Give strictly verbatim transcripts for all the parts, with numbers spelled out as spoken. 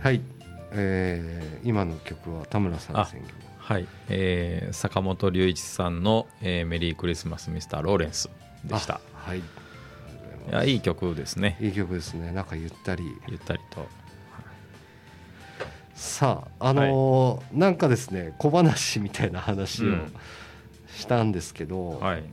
はい、えー、今の曲は田村さんの選曲。 はい、えー、坂本龍一さんの、えー、メリークリスマスミスターローレンスでした。 はい、 いやいい曲ですね。 いい曲ですね。なんかゆったりゆったりと。 さあ、あのーはい、なんかですね小話みたいな話をしたんですけど、うんはい、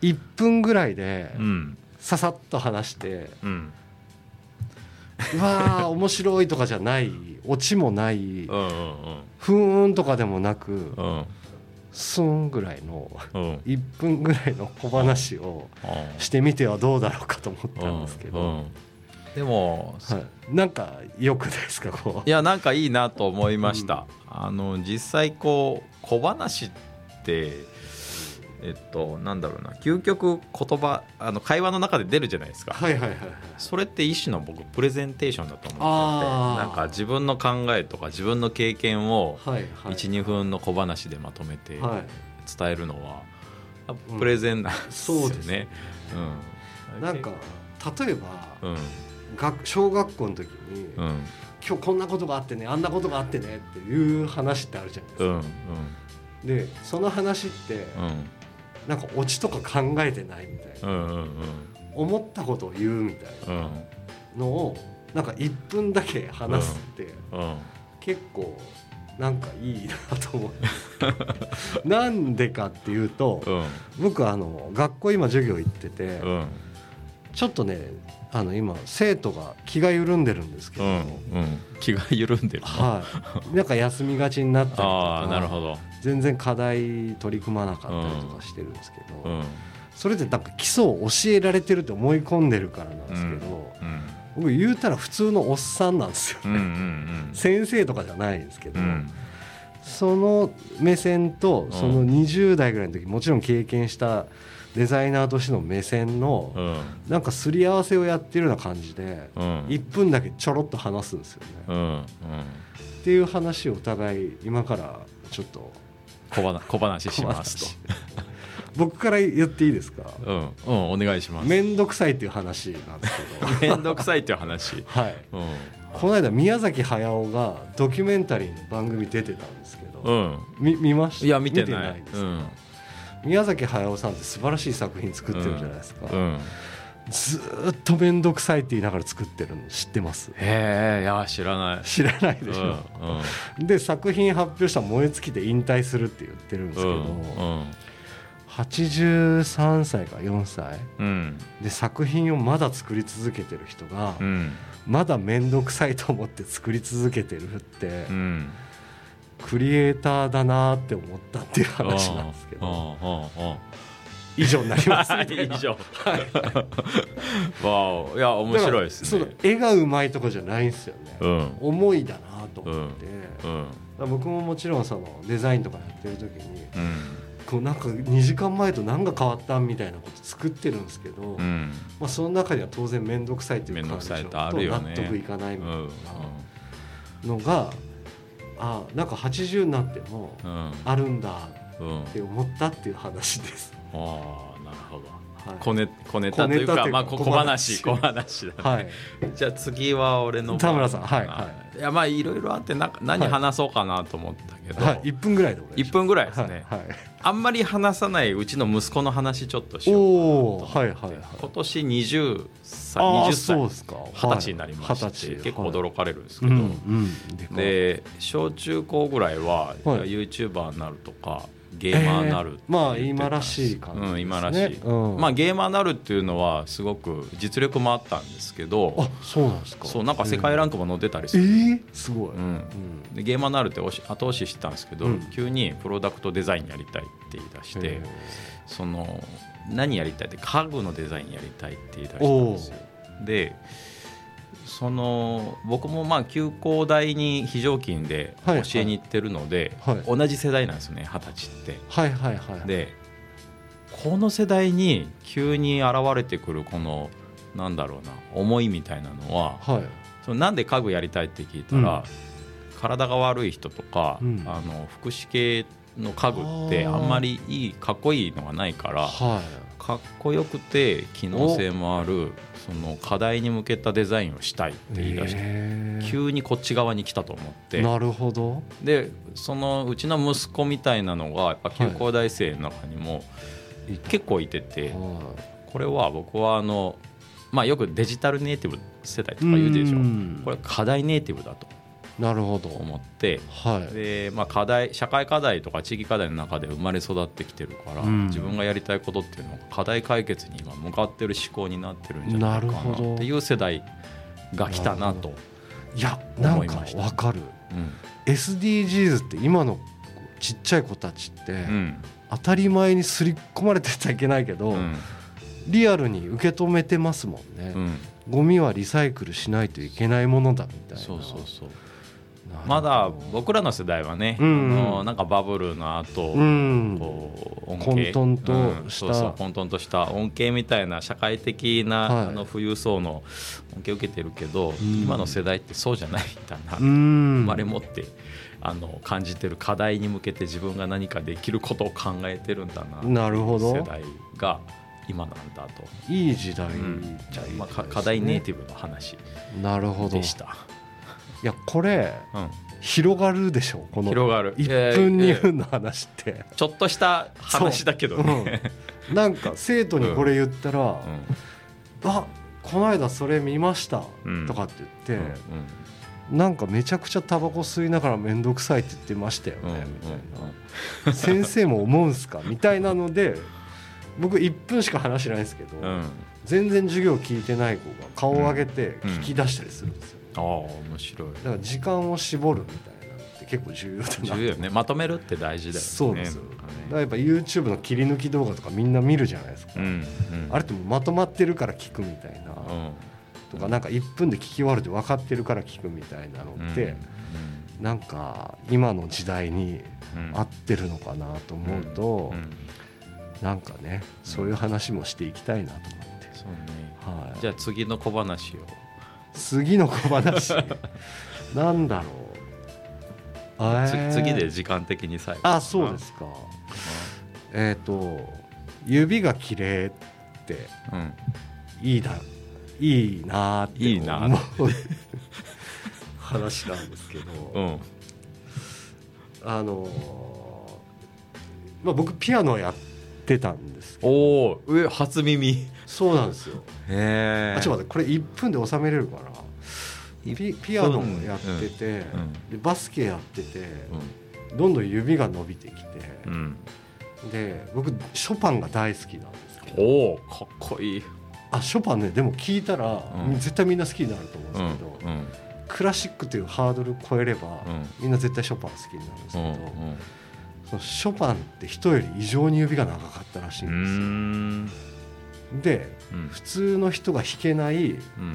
いっぷんぐらいでささっと話して、うん、うわー面白いとかじゃないオチもない、うんうんうん、ふーんとかでもなく、うん、スーンぐらいの、うん、いっぷんぐらいの小話をしてみてはどうだろうかと思ったんですけど、うんうんでも、 はい、なんか良くないですかこう。 いやなんかいいなと思いました、うん、あの実際こう小話ってえっとなんだろうな究極言葉あの会話の中で出るじゃないですか、 はいはいはいはい、 それって一種の僕プレゼンテーションだと思っててなんか自分の考えとか自分の経験を いち,に 分の小話でまとめて伝えるのはプレゼンなんですよね、うん、そうですね、 うん、なんか例えば、うん小学校の時に、うん、今日こんなことがあってねあんなことがあってねっていう話ってあるじゃないですか、うんうん、でその話って、うん、なんかオチとか考えてないみたいな、うんうんうん、思ったことを言うみたいなのをなんかいっぷんだけ話すって、うんうん、結構なんかいいなと思うなんでかっていうと、うん、僕あの学校今授業行ってて、うん、ちょっとねあの今生徒が気が緩んでるんですけど、うんうん、 気が緩んでるの、 はい、なんか休みがちになったりとかあなるほど全然課題取り組まなかったりとかしてるんですけど、うん、それでなんか基礎を教えられてるって思い込んでるからなんですけど、うんうん、僕言うたら普通のおっさんなんですよね、うんうんうん、先生とかじゃないんですけど、うん、その目線とそのにじゅう代ぐらいの時もちろん経験したデザイナーとしての目線のなんかすり合わせをやってるような感じでいっぷんだけちょろっと話すんですよね、うんうん、っていう話をお互い今からちょっと小話、小話しますと僕から言っていいですか、 うん、うん、お願いします。 めんどくさいっていう話なんですけどめんどくさいっていう話はい、うん、この間宮崎駿がドキュメンタリーの番組出てたんですけど、うん、み見ました？ いや見てない、 見てないですか、うん、宮崎駿さんって素晴らしい作品作ってるじゃないですか、うんうん、ずっとめんどくさいって言いながら作ってるの知ってます？ へえ、いや知らない知らないでしょ、うんうん、で作品発表したら燃え尽きて引退するって言ってるんですけど、うんうん、はちじゅうさんさいかよんさい、うん、で作品をまだ作り続けてる人が、うん、まだめんどくさいと思って作り続けてるって、うん、クリエイターだなって思ったっていう話なんですけど、以上になりますね以上わお、いや面白いですね。 その絵がうまいとかじゃないんですよね、うん、思いだなと思って、うんうん、僕ももちろんそのデザインとかやってる時に、うん、こうなんかにじかんまえと何が変わったみたたいなこと作ってるんですけど、うんまあ、その中には当然面倒くさいっていう感情と納得いかないみたいなのが、あなんかはちじゅうになってもあるんだって思ったっていう話です、 うん、ああなるほど、はい、小, ネ小ネタというかまあ、小話小話だね、はい、じゃあ次は俺の田村さん、はいはい、いやまあいろいろあってな何話そうかなと思ったけど、 はいはい、いっぷんぐらいでいっぷんぐらいですね、はいはい、あんまり話さないうちの息子の話ちょっとしようかなと思って、はいはいはい、今年にじゅっさいはたちになりまして、はい、結構驚かれるんですけど、はいうんうん、で小中高ぐらいは、はい、YouTuber になるとかゲーマーになるって、 えー、まあ今らしい感じですね、うん、今らしい、 うんまあ、ゲーマーになるっていうのはすごく実力もあったんですけど、 あそうなんですか、 そうなんか世界ランクも載ってたりする、 えー、すごい、うん、 でゲーマーになるって後押ししてたんですけど、うん、急にプロダクトデザインやりたいって言い出して、その何やりたいって家具のデザインやりたいって言い出したんですよ。でその僕もまあ休校大に非常勤で教えに行ってるので、はいはい、同じ世代なんですよね、はたちって、 はいはいはい、 でこの世代に急に現れてくるこのなんだろうな思いみたいなのは、はい、そのなんで家具やりたいって聞いたら、うん、体が悪い人とか、うん、あの福祉系の家具ってあんまりいいかっこいいのがないから、はい、 かっこよくて機能性もあるその課題に向けたデザインをしたいって言い出して、えー、急にこっち側に来たと思って。 なるほど。 でそのうちの息子みたいなのがやっぱ休校大生の中にも結構いてて、はい、これは僕はあの、まあ、よくデジタルネイティブ世代とか言うでしょ。これ課題ネイティブだと。 なるほど思って、 はいでまあ、課題社会課題とか地域課題の中で生まれ育ってきてるから、うん、自分がやりたいことっていうのは課題解決に今向かってる思考になってるんじゃないかなっていう世代が来たなといやなんか分かる、うん、エスディージーズ って今のちっちゃい子たちって、うん、当たり前に刷り込まれてちゃいけないけど、うん、リアルに受け止めてますもんね、うん、ゴミはリサイクルしないといけないものだみたいな。 そうそうそうまだ僕らの世代はね、うんうん、あのなんかバブルの後、うん、こう混沌とした、うん、そうそう混沌とした恩恵みたいな社会的な、はい、あの富裕層の恩恵を受けてるけど、うん、今の世代ってそうじゃないんだな、うん、生まれ持ってあの感じてる課題に向けて自分が何かできることを考えてるんだな。 なるほど。 世代が今なんだと。 いい時代じゃいいですね、 まあ、課題ネイティブの話でした。 いやこれ、うん、広がるでしょこの広がるいっぷんにふんの話って、 ちょっとした話だけどね、 うん、なんか生徒にこれ言ったら、うんうん、あこの間それ見ました、うん、とかって言って、うんうん、なんかめちゃくちゃタバコ吸いながらめんどくさいって言ってましたよね、うんうんうん、みたいな先生も思うんすかみたいなので僕いっぷんしか話してないんですけど、うん、全然授業聞いてない子が顔を上げて聞き出したりするんですよ、 ああ面白い。 だから時間を絞るみたいなのって結構重要だな。 重要ね。まとめるって大事だよね。 そうですよ、ね、だからやっぱ YouTube の切り抜き動画とかみんな見るじゃないですか、うんうん、あれってもうまとまってるから聞くみたいな、うん、とかなんかいっぷんで聞き終わるって分かってるから聞くみたいなのって、うんうん、なんか今の時代に合ってるのかなと思うと、うんうん、なんかねそういう話もしていきたいなと思って、 そうね、はい、じゃあ次の小話を次の小話なんだろう、 えー、次で時間的に最後。 あそうですか、うん、えっ、ー、と指が綺麗って、うん、いいだいいなっていいな話なんですけど、うん、あのまあ僕ピアノやってたんですけど。 おお、初耳。 そうなんですよ。 へあ、ちょっと待って、これいっぷんで収めれるかな。ピ, ピアノもやってて、うんうん、でバスケやってて、うん、どんどん指が伸びてきて、うん、で僕ショパンが大好きなんですけど。 おお、かっこいい。 あ、ショパンね、でも聞いたら、うん、絶対みんな好きになると思うんですけど、うんうん、クラシックというハードル超えれば、うん、みんな絶対ショパン好きになるんですけど、うんうん、そのショパンって人より異常に指が長かったらしいんですよ。で、うん、普通の人が弾けない、うん、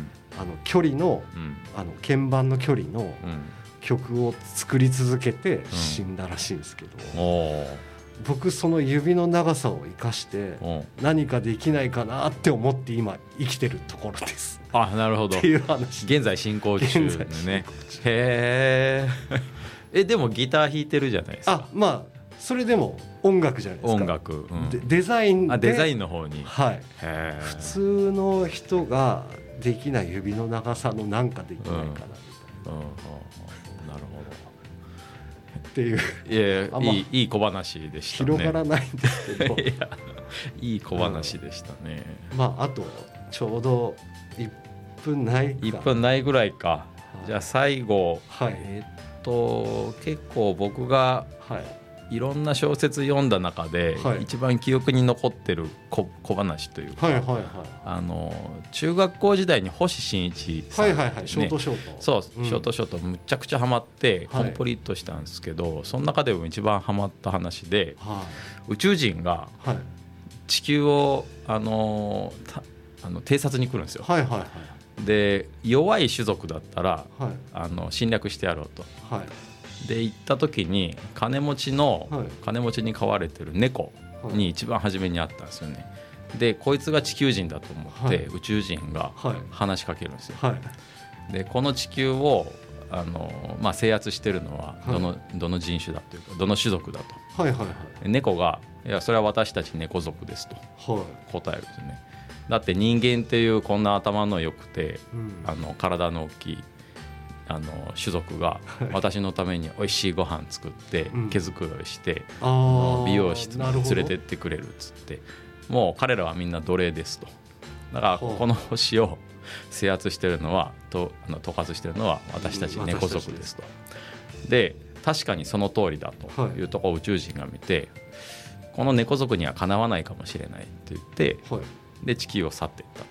あの距離の、うん、あの鍵盤の距離の曲を作り続けて死んだらしいんですけど、うん、僕その指の長さを生かして何かできないかなって思って今生きてるところです。 あ、なるほど。 っていう話。 現在進行中ですね。へえ。え、でもギター弾いてるじゃないですか。 あ、まあそれでも音楽じゃないですか。 音楽、うん、 でデザインで、 あ、デザインの方に、 はい、へ普通の人ができない指の長さのなんかできないかなみたいな、うんうんうん、なるほどっていう、 いやいや、いい、いい小話でしたね。 広がらないんですけどいや、いい小話でしたね、 うん、まああとちょうどいっぷんないか、 いっぷんないぐらいか、はい、じゃあ最後、はい、えー、っと結構僕が、はい、いろんな小説読んだ中で、はい、一番記憶に残ってる 小, 小話というか、はいはいはい、あの中学校時代に星新一さん、ね、はいはいはい、ショートショート、そう、うん、ショートショートむちゃくちゃハマってコンプリートしたんですけど、はい、その中でも一番ハマった話で、はい、宇宙人が地球をあのあの偵察に来るんですよ、はいはいはい、で弱い種族だったら、はい、あの侵略してやろうと、はい、で行った時に金持ちの、はい、金持ちに飼われてる猫に一番初めに会ったんですよね。でこいつが地球人だと思って、はい、宇宙人が話しかけるんですよ、はい、でこの地球をあの、まあ、制圧してるのはどの、はい、どの人種だというかどの種族だと、はいはいはい、猫がいやそれは私たち猫族ですと答えるんですね。だって人間っていうこんな頭の良くて、うん、あの体の大きいあの種族が私のためにおいしいご飯作って毛づくろいして、うん、美容室に連れてってくれるっつって、もう彼らはみんな奴隷ですと。だからこの星を制圧してるのはとあの統括してるのは私たち猫族ですと。で確かにその通りだというところを宇宙人が見て、この猫族にはかなわないかもしれないって言って、はい、で地球を去っていったって。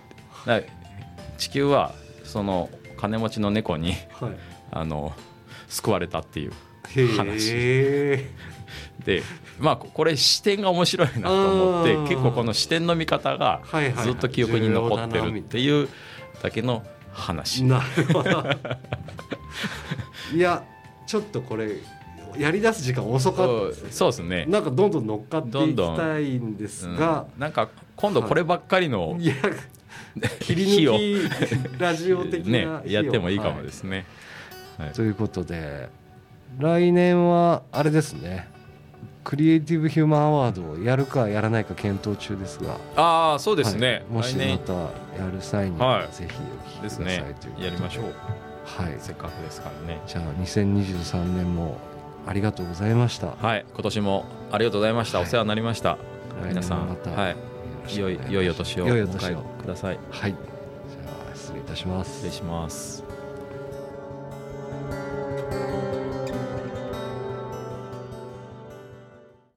だから地球はその金持ちの猫に、はい、あの救われたっていう話で、まあこれ視点が面白いなと思って、結構この視点の見方がずっと記憶に残ってるっていうだけの話。 なるほどいやちょっとこれやりだす時間遅かったですね。 そうですね。 なんかどんどん乗っかっていきたいんですが、 うん、なんか今度こればっかりの、はい、いや切り抜きラジオ的なね、やってもいいかもですね、 はいはい、ということで来年はあれですね、クリエイティブヒューマンアワードをやるかやらないか検討中ですが、 ああそうですね、はい、 もしまたやる際にはぜひお聞きください、はい、ということでやりましょう、 はい、 せっかくですからね。 じゃあにせんにじゅうさんねんもありがとうございました。 はい、今年もありがとうございました、はい、お世話になりました。皆さんまた、はい、良い良いお年をお迎えください。 はい、じゃあ失礼いたします。 失礼します。